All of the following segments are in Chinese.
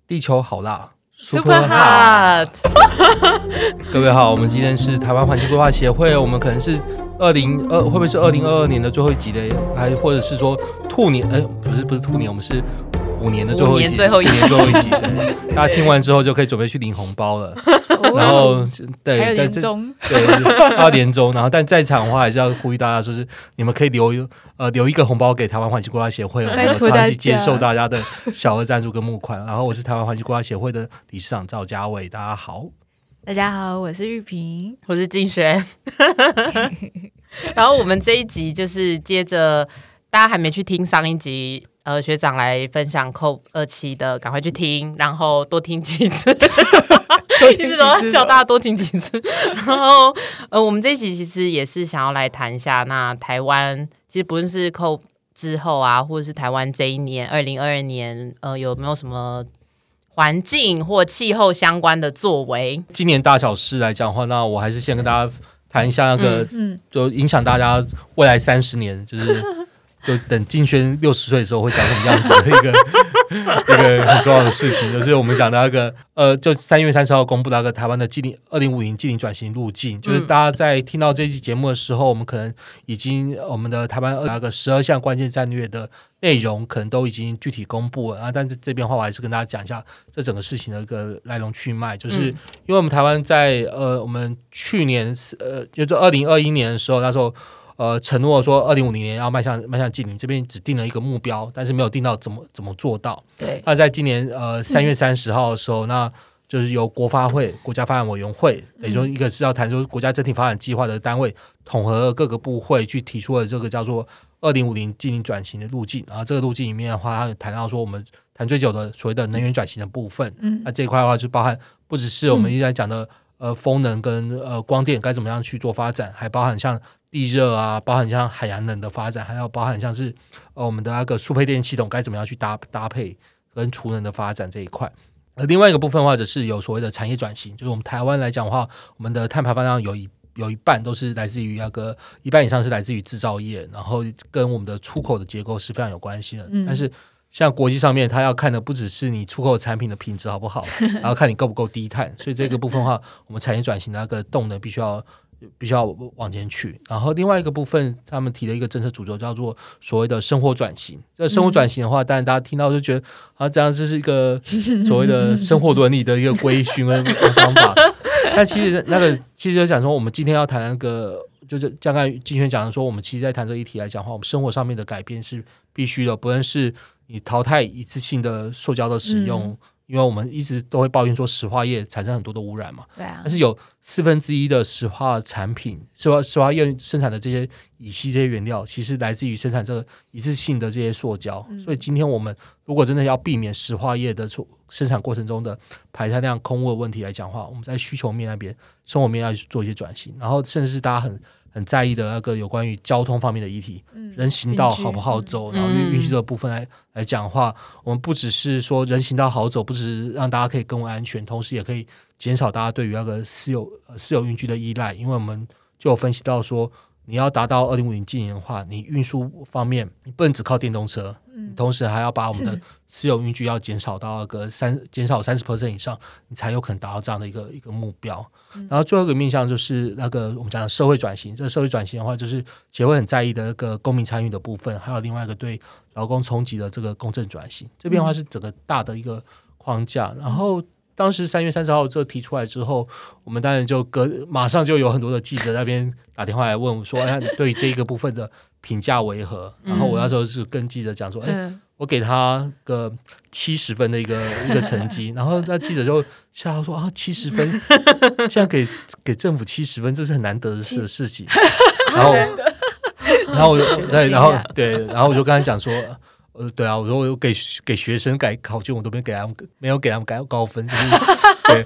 地球好辣 Super Hot 各位好，我们今天是台湾环境规划协会，我们可能是会不会是2022年的最后一集的，还或者是说兔年不是兔年，我们是虎年的最后一集， 虎年最后一集对，大家听完之后就可以准备去领红包了然后对， 还有年终， 对，要年终，然后但在场的话还是要呼吁大家，说是你们可以留一个红包给台湾环境规划协会，我们长期接受大家的小额赞助跟募款。然后我是台湾环境规划协会的理事长赵家伟，大家好。 大家好，我是玉萍， 我是静轩。然后我们这一集就是接着大家还没去听上一集，学长来分享 COP27 的，赶快去听，然后多听几次。一直都要叫大家多听几次。然后我们这一集其实也是想要来谈一下，那台湾其实不论是 COP 之后啊，或者是台湾这一年2022年，有没有什么环境或气候相关的作为？ 今年大小事来讲的话，那我还是先跟大家谈一下那个，就影响大家未来30年，就等静轩60岁的时候会长什么样子的一个很重要的事情，就是我们讲的那个就3月30号公布的那个台湾的2050净零转型路径，就是大家在听到这期节目的时候，我们可能已经我们的台湾那个12项关键战略的内容可能都已经具体公布了啊，但是这边的话我还是跟大家讲一下这整个事情的一个来龙去脉，就是因为我们台湾在我们去年就是2021年的时候，那时候承诺说2050年要迈向净零，这边只定了一个目标，但是没有定到怎么做到。 对， 那在今年3月30号的时候，那就是由国发会国家发展委员会，等于说一个是要谈说国家整体发展计划的单位，统合各个部会去提出了这个叫做2050净零转型的路径。然后这个路径里面的话，它谈到说我们谈最久的所谓的能源转型的部分，那这一块的话就包含不只是我们一直在讲的风能跟光电该怎么样去做发展，还包含像地热啊，包含像海洋能的发展，还要包含像是我们的那个输配电系统该怎么样去搭配跟储能的发展这一块。另外一个部分的话，就是有所谓的产业转型，就是我们台湾来讲的话，我们的碳排放量有一半都是来自于那个一半以上是来自于制造业，然后跟我们的出口的结构是非常有关系的。但是像国际上面，它要看的不只是你出口产品的品质好不好，然后看你够不够低碳，所以这个部分的话，我们产业转型的那个动能必须要往前去。然后另外一个部分，他们提了一个政策主轴叫做所谓的生活转型。这生活转型的话，当然大家听到就觉得这样就是一个所谓的生活伦理的一个规训跟方法。但其实就讲说，我们今天要谈那个，就是刚才金轩讲的说，我们其实在谈这一题来讲的话，我们生活上面的改变是必须的，不论是你淘汰一次性的塑胶的使用。因为我们一直都会抱怨说石化业产生很多的污染嘛， 对啊， 但是有1/4的石化产品，石化业生产的这些乙烯这些原料，其实来自于生产这个一次性的这些塑胶。所以今天我们如果真的要避免石化业的生产过程中的排碳量、空污的问题来讲的话，我们在需求面那边、生活面要做一些转型，然后甚至是大家很在意的那个有关于交通方面的议题，人行道好不好走，然后运输这个部分来讲的话，我们不只是说人行道好走，不只是让大家可以更为安全，同时也可以减少大家对于那个私有运具的依赖，因为我们就有分析到说，你要达到2050净零的话，你运输方面你不能只靠电动车，同时还要把我们的私有运具要减少到减少30% 以上，你才有可能达到这样的一个目标。然后最后一个面向就是那个我们讲的社会转型，这个社会转型的话，就是协会很在意的那个公民参与的部分，还有另外一个对劳工冲击的这个公正转型。这边的话是整个大的一个框架。然后当时3月30号这提出来之后，我们当然就马上就有很多的记者那边打电话来问我说，你对这个部分的评价为何？然后我那时候是跟记者讲说，我给他个70分的一个成绩，然后那记者就笑说70分，这样给政府70分，这是很难得的事情。然后我就跟他讲说。对啊，我说我给学生改考卷，我都没有给他们高分，就是对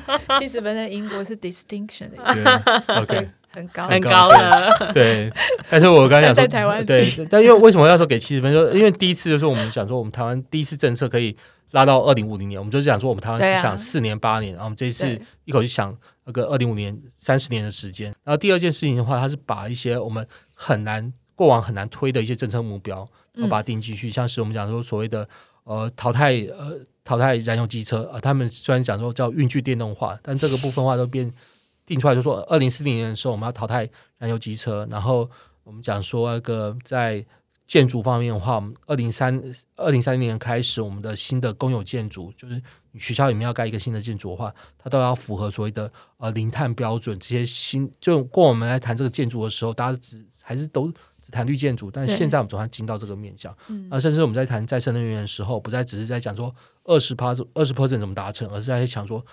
70分的英国是 distinction 的 ，OK， 很高了， 对。但是我刚才讲说， 在台湾对，但因为为什么要说给70分？就因为第一次就是我们讲说，我们台湾第一次政策可以拉到2050年，我们就是讲说我们台湾只想4年8年，然后我们这一次一口气想那个2050年30年的时间。然后第二件事情的话，它是把一些我们过往很难推的一些政策目标，然后把它定进去，像是我们讲说所谓的淘汰淘汰燃油机车他们虽然讲说叫运具电动化，但这个部分的话都定出来，就说2040年的时候我们要淘汰燃油机车，然后我们讲说那个在建筑方面的话，我们2030年开始，我们的新的公有建筑，就是你学校里面要盖一个新的建筑的话，它都要符合所谓的零碳标准。这些就过我们来谈这个建筑的时候，大家还是都只谈绿建筑，但是现在我们总算进到这个面向。甚至我们在谈再生能源的时候，不再只是在讲说20% 怎么达成，而是在想说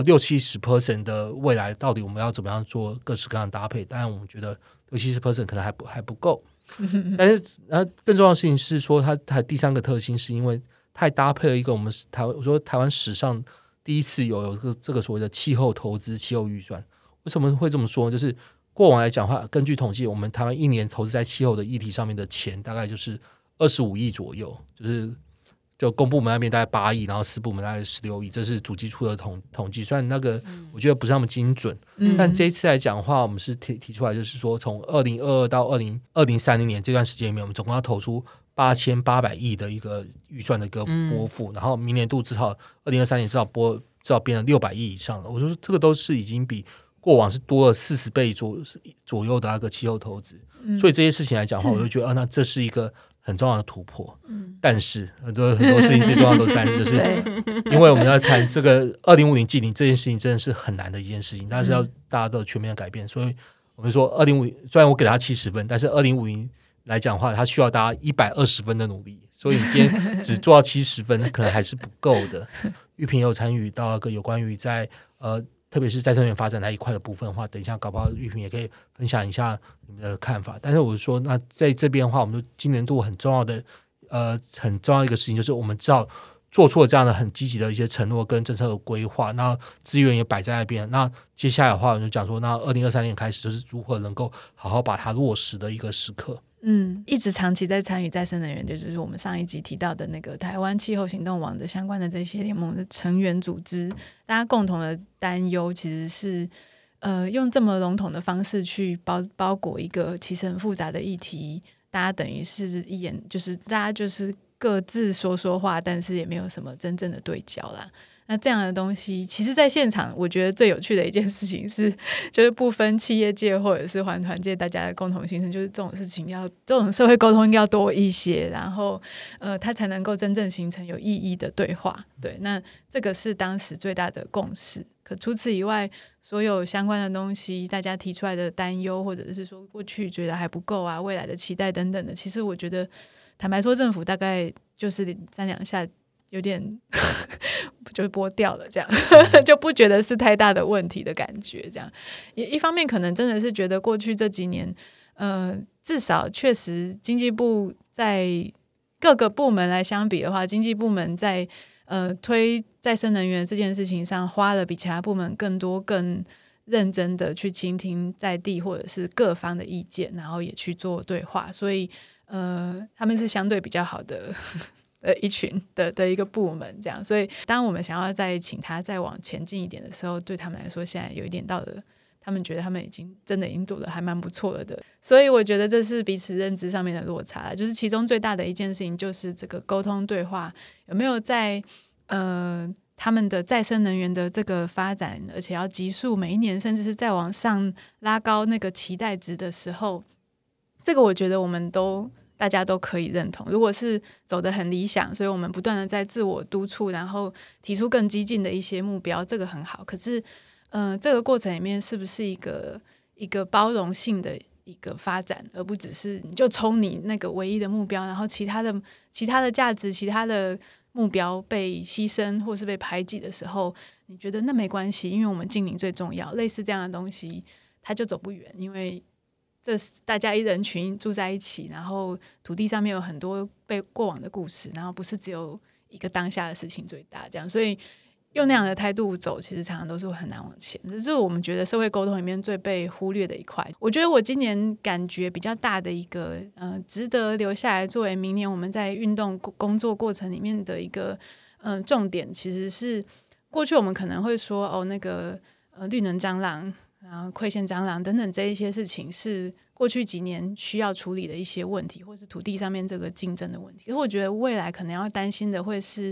60-70% 的未来到底我们要怎么样做各式各样的搭配。当然我们觉得60-70% 可能还不够，但是更重要的事情是说它第三个特性是因为它还搭配了一个我说台湾史上第一次有这个所谓的气候投资气候预算。为什么会这么说呢？就是过往来讲的话，根据统计，我们台湾一年投资在气候的议题上面的钱大概就是25亿左右，就公部门那边大概8亿，然后私部门大概16亿，这是主计处的统计。虽然那个我觉得不是那么精准，但这一次来讲的话，我们是提出来，就是说从2022到2030年这段时间里面，我们总共要投出8800亿的一个预算的一个拨付，然后明年度至少2023年至少变了600亿以上了。我说这个都是已经比过往是多了40倍左右的那个气候投资，所以这些事情来讲的话，我就觉得那这是一个很重要的突破。但是很多事情最重要的都是但是，就是因为我们要谈这个2050净零这件事情真的是很难的一件事情，但是要大家都全面的改变，所以我们说2050虽然我给他70分，但是2050来讲的话，它需要大家120分的努力，所以你今天只做到70分可能还是不够的。玉萍也有参与到那个有关于在特别是再生能源发展那一块的部分的话，等一下搞不好玉萍也可以分享一下你们的看法。但是我说那在这边的话，我们就今年度很重要的一个事情，就是我们知道做出了这样的很积极的一些承诺跟政策的规划，那资源也摆在那边。那接下来的话，我们就讲说，那2023年开始就是如何能够好好把它落实的一个时刻。 一直长期在参与再生能源，就是我们上一集提到的那个台湾气候行动网的相关的这些联盟的成员组织，大家共同的担忧其实是用这么笼统的方式去包裹一个其实很复杂的议题，大家等于是就是大家就是各自说话，但是也没有什么真正的对焦啦。那这样的东西，其实在现场我觉得最有趣的一件事情是，就是不分企业界或者是环团界，大家的共同心声就是这种事情这种社会沟通应该要多一些，然后它才能够真正形成有意义的对话。对，那这个是当时最大的共识。可除此以外，所有相关的东西，大家提出来的担忧，或者是说过去觉得还不够啊，未来的期待等等的，其实我觉得坦白说，政府大概就是3-2下有点就拨掉了，这样就不觉得是太大的问题的感觉。这样一方面可能真的是觉得过去这几年至少确实经济部在各个部门来相比的话，经济部门在推再生能源这件事情上花了比其他部门更多更认真的去倾听在地或者是各方的意见，然后也去做对话，所以他们是相对比较好的一群的一个部门，这样。所以当我们想要再请他再往前进一点的时候，对他们来说现在有一点到了他们觉得他们已经做得还蛮不错了的。所以我觉得这是彼此认知上面的落差，就是其中最大的一件事情就是这个沟通对话有没有在他们的再生能源的这个发展，而且要急速每一年甚至是再往上拉高那个期待值的时候，这个我觉得我们大家都可以认同。如果是走得很理想，所以我们不断的在自我督促，然后提出更激进的一些目标，这个很好。可是这个过程里面是不是一个包容性的一个发展，而不只是你就冲你那个唯一的目标，然后其他的价值其他的目标被牺牲或是被排挤的时候，你觉得那没关系，因为我们净零最重要，类似这样的东西它就走不远。因为这大家一人群住在一起，然后土地上面有很多被过往的故事，然后不是只有一个当下的事情最大这样，所以用那样的态度走，其实常常都是很难往前。这是我们觉得社会沟通里面最被忽略的一块。我觉得我今年感觉比较大的一个值得留下来作为明年我们在运动工作过程里面的一个重点，其实是过去我们可能会说那个绿能蟑螂然后馈线蟑螂等等这一些事情是过去几年需要处理的一些问题，或是土地上面这个竞争的问题。可是我觉得未来可能要担心的会是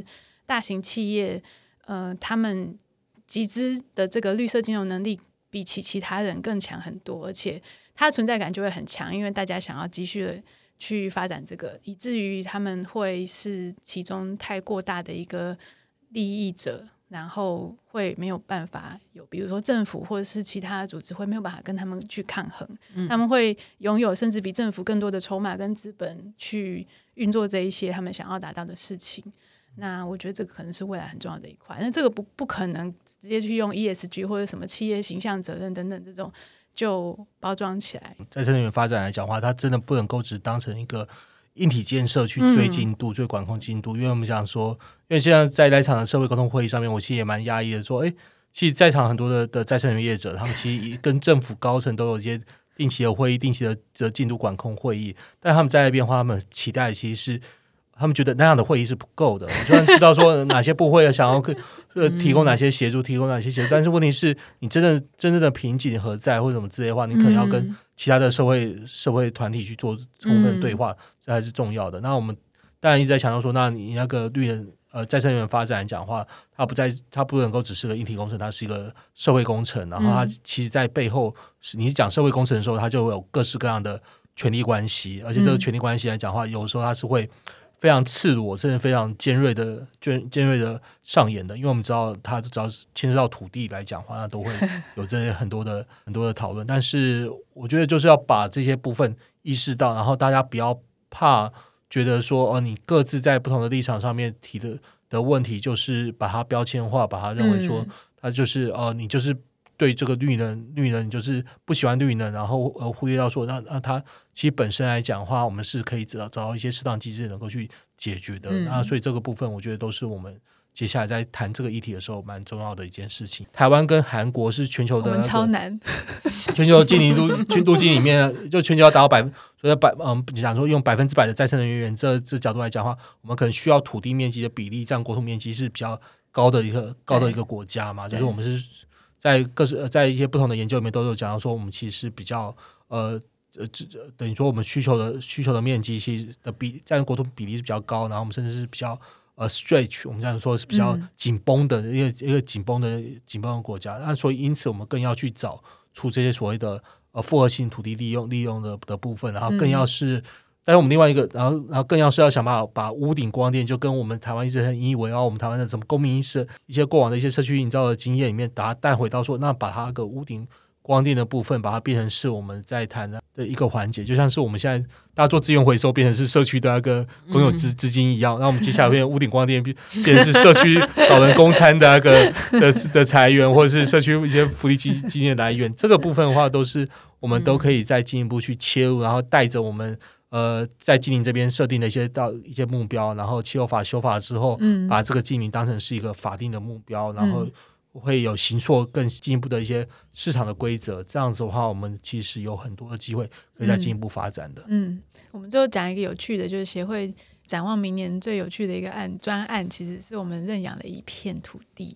大型企业他们集资的这个绿色金融能力比起其他人更强很多，而且它的存在感就会很强，因为大家想要继续的去发展这个，以至于他们会是其中太过大的一个利益者，然后会没有办法有，比如说政府或者是其他的组织会没有办法跟他们去抗衡，他们会拥有甚至比政府更多的筹码跟资本去运作这一些他们想要达到的事情。那我觉得这个可能是未来很重要的一块，那这个不可能直接去用 ESG 或者什么企业形象责任等等这种就包装起来。 再生能源发展来讲的话，它真的不能够只当成一个硬体建设去追进度、追管控进度，因为我们讲说，因为现在在那场的社会沟通会议上面，我其实也蛮压抑的说，其实在场很多的再生能源业者，他们其实跟政府高层都有一些定期的会议、定期的进度管控会议，但他们在那边的话，他们期待的其实是他们觉得那样的会议是不够的，就算知道说哪些部会想要提供哪些协助，提供哪些协助，但是问题是你真正的瓶颈何在或者什么之类的话，你可能要跟其他的社会团体去做充分对话，这还是重要的。那我们当然一直在强调说，那你那个绿能再生能源发展来讲的话，它不能够只是个硬体工程，它是一个社会工程，然后它其实在背后你讲社会工程的时候，它就有各式各样的权力关系，而且这个权力关系来讲的话，有时候它是会非常赤裸甚至非常尖锐的上演的，因为我们知道它只要牵涉到土地来讲的话，那都会有这些很多的讨论。但是我觉得就是要把这些部分意识到，然后大家不要怕觉得说你各自在不同的立场上面提的问题，就是把它标签化，把它认为说它就是你就是对这个绿能你就是不喜欢绿能，然后忽略到说那它其实本身来讲的话，我们是可以找到一些适当机制能够去解决的。那所以这个部分我觉得都是我们接下来在谈这个议题的时候蛮重要的一件事情。台湾跟韩国是全球的、 我们超难全球净零路径里面，就全球要达到讲说用100%的再生能源这角度来讲的话，我们可能需要土地面积的比例占国土面积是比较高的一个国家嘛，就是我们是在一些不同的研究里面都有讲到说，我们其实是比较等于说我们需求的面积其实的占国土比例是比较高，然后我们甚至是比较stretch， 我们这样说是比较紧绷的一个紧绷的国家。那所以因此我们更要去找出这些所谓的复合性土地利用的部分，然后更要是。但是我们另外一个，然后更要是要想办法把屋顶光电，就跟我们台湾一直很引以为傲，我们台湾的什么公民意识、一些过往的一些社区营造的经验里面，把它带回到说，那把它个屋顶光电的部分，把它变成是我们在谈的一个环节，就像是我们现在大家做资源回收变成是社区的那个公有资金一样，那我们接下来变成屋顶光电变成是社区老人供餐的那个的财源，或者是社区一些福利基金的来源，这个部分的话，都是我们都可以再进一步去切入，然后带着我们。在净零这边设定的一些目标，然后气候法修法之后，把这个净零当成是一个法定的目标，然后会有形塑更进一步的一些市场的规则。这样子的话，我们其实有很多的机会可以再进一步发展的。 我们最后讲一个有趣的，就是协会展望明年最有趣的一个专案，其实是我们认养了一片土地。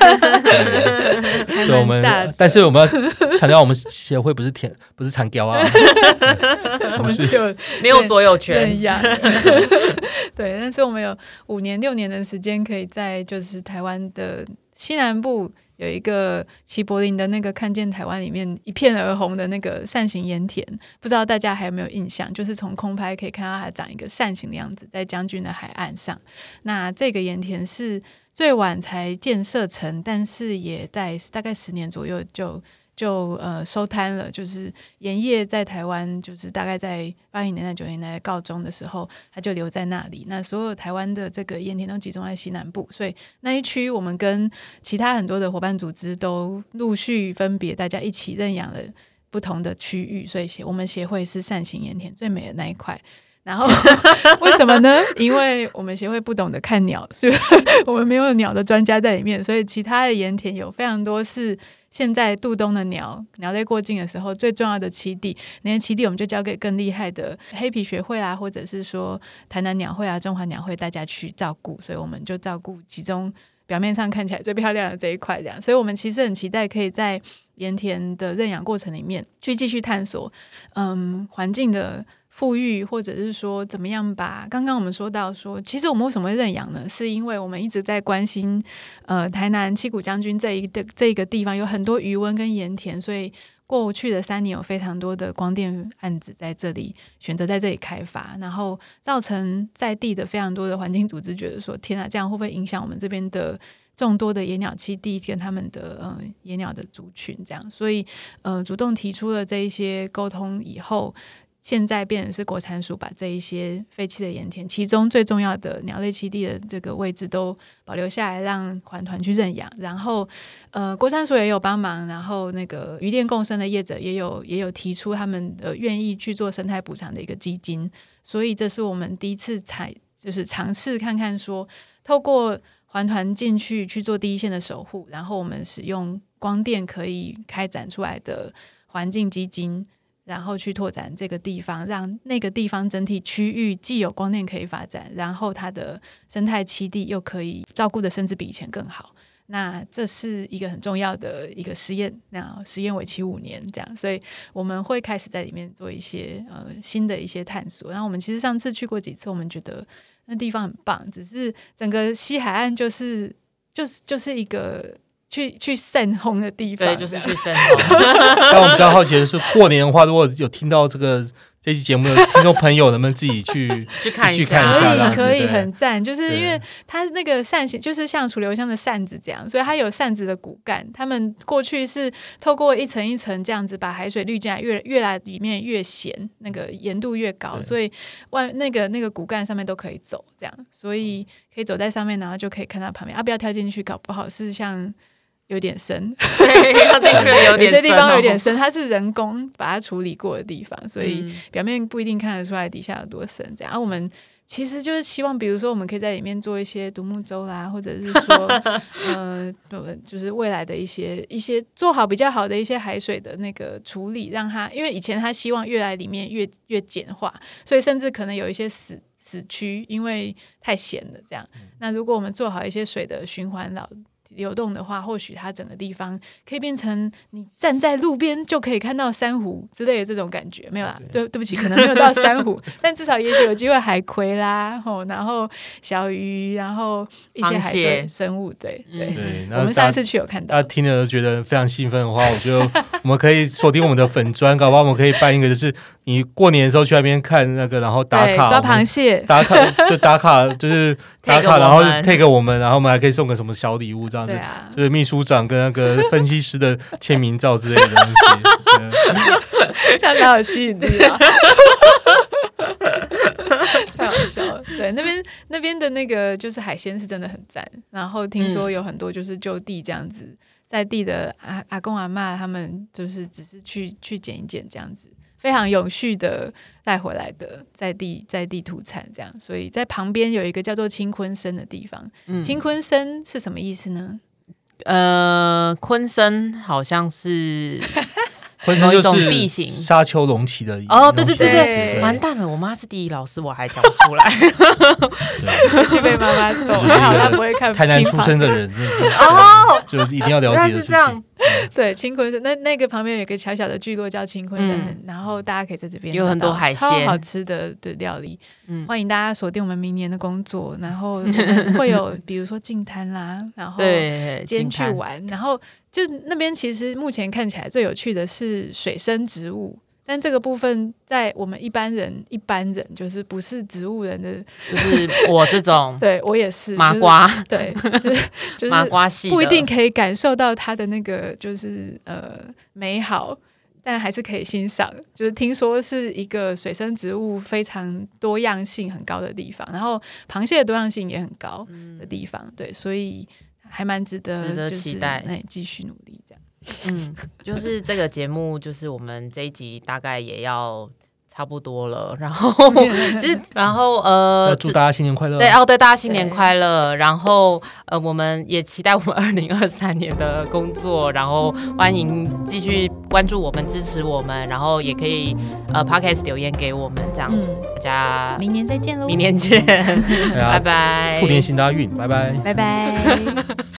所以我们，但是我们要强调，我们协会不是产雕啊， 我们是没有所有权。 对，但是我们有5年6年的时间，可以在就是台湾的西南部有一个齐柏林的那个看见台湾里面一片而红的那个扇形盐田，不知道大家还有没有印象，就是从空拍可以看到它长一个扇形的样子，在将军的海岸上。那这个盐田是最晚才建设成，但是也在大概10年左右就收摊了，就是盐业在台湾就是大概在80年代90年代告终的时候，它就留在那里。那所有台湾的这个盐田都集中在西南部，所以那一区我们跟其他很多的伙伴组织都陆续分别大家一起认养了不同的区域，所以我们协会是扇形盐田最美的那一块。然后为什么呢？因为我们协会不懂得看鸟，所以我们没有鸟的专家在里面，所以其他的盐田有非常多是现在渡冬的鸟类过境的时候最重要的栖地，那些栖地我们就交给更厉害的黑皮学会啊，或者是说台南鸟会啊、中华鸟会大家去照顾，所以我们就照顾其中表面上看起来最漂亮的这一块，这样。所以我们其实很期待可以在盐田的认养过程里面去继续探索环境的富裕，或者是说怎么样把刚刚我们说到说，其实我们为什么会认养呢？是因为我们一直在关心台南七股将军这一个地方有很多渔温跟盐田，所以过去的3年有非常多的光电案子在这里选择在这里开发，然后造成在地的非常多的环境组织觉得说，天啊，这样会不会影响我们这边的众多的野鸟栖地跟他们的野鸟的族群？这样，所以主动提出了这一些沟通以后，现在变成是国产署把这一些废弃的盐田，其中最重要的鸟类栖地的这个位置都保留下来，让环团去认养。然后国产署也有帮忙，然后那个渔电共生的业者也有提出他们愿意去做生态补偿的一个基金。所以这是我们第一次就是尝试看看说，透过环团进去做第一线的守护，然后我们使用光电可以开展出来的环境基金，然后去拓展这个地方，让那个地方整体区域既有光电可以发展，然后它的生态栖地又可以照顾的甚至比以前更好。那这是一个很重要的一个实验，那实验为期5年这样，所以我们会开始在里面做一些新的一些探索。然后我们其实上次去过几次，我们觉得那地方很棒，只是整个西海岸就是一个去散红的地方， 对，就是去散红。 但我比较好奇的是，过年的话，如果有听到这期节目的听众朋友，能不能自己去看一下？ 可以，很赞。就是因为它那个扇形，就是像楚留香的扇子这样，所以它有扇子的骨干。他们过去是透过一层一层这样子把海水滤进来，越来里面越咸，那个盐度越高，所以那个骨干上面都可以走，这样，所以可以走在上面，然后就可以看到旁边。不要跳进去，搞不好是像有点深， 对，跳进去有点深， 有些地方有点深，它是人工把它处理过的地方，所以表面不一定看得出来底下有多深。这样，我们其实就是希望，比如说我们可以在里面做一些独木舟啦，或者是说，就是未来的一些做好比较好的一些海水的那个处理，让它，因为以前他希望越来里面越简化，所以甚至可能有一些死区，因为太咸了这样。那如果我们做好一些水的循环流动的话，或许它整个地方可以变成你站在路边就可以看到珊瑚之类的这种感觉。没有啦，对不起，可能没有到珊瑚但至少也许有机会海葵啦，然后小鱼，然后一些海水生物。对，我们上次去有看到， 大家听了都觉得非常兴奋的话，我觉得我们可以锁定我们的粉专，搞不好我们可以办一个，就是你过年的时候去那边看那个，然后打卡抓螃蟹， 打卡就是打卡，然后 tag 我们，然后我们还可以送个什么小礼物这样子，就是秘书长跟那个分析师的签名照之类的东西， 这样才有吸引力啊！太好笑了。对，那边的那个就是海鲜是真的很赞，然后听说有很多就是就地这样子，在地的阿公阿嬷他们就是只是去捡一捡这样子，非常永续的带回来的在地土产这样。所以在旁边有一个叫做青昆生的地方。青昆生是什么意思呢？ 昆生好像是昆生就是地形沙丘隆起的对，完蛋了，我妈是地理老师，我还讲不出来， 去被妈妈揍，还好她不会看。 台南出生的人，就一定要了解的事情。 对，青昆生那个旁边有一个小小的聚落叫青昆生，然后大家可以在这边有很多海鲜， 超好吃的料理。欢迎大家锁定我们明年的工作，然后会有比如说净滩啦，然后今天去玩，然后就那边其实目前看起来最有趣的是水生植物。但这个部分在我们一般人就是不是植物人的， 就是我这种对我也是麻瓜， 对，就是麻瓜系的， 不一定可以感受到它的那个就是美好，但还是可以欣赏。就是听说是一个水生植物非常多样性很高的地方，然后螃蟹的多样性也很高的地方，对，所以还蛮值得期待， 继续努力这样。 就是这个节目，就是我们这一集大概也要差不多了，然后祝大家新年快乐。 对大家新年快乐。然后我们也期待我们2023年的工作，然后欢迎继续关注我们，支持我们，然后也可以Podcast 留言给我们这样子。大家明年再见喽！ 明年见，拜拜！ 兔年行大运，拜拜， 拜拜。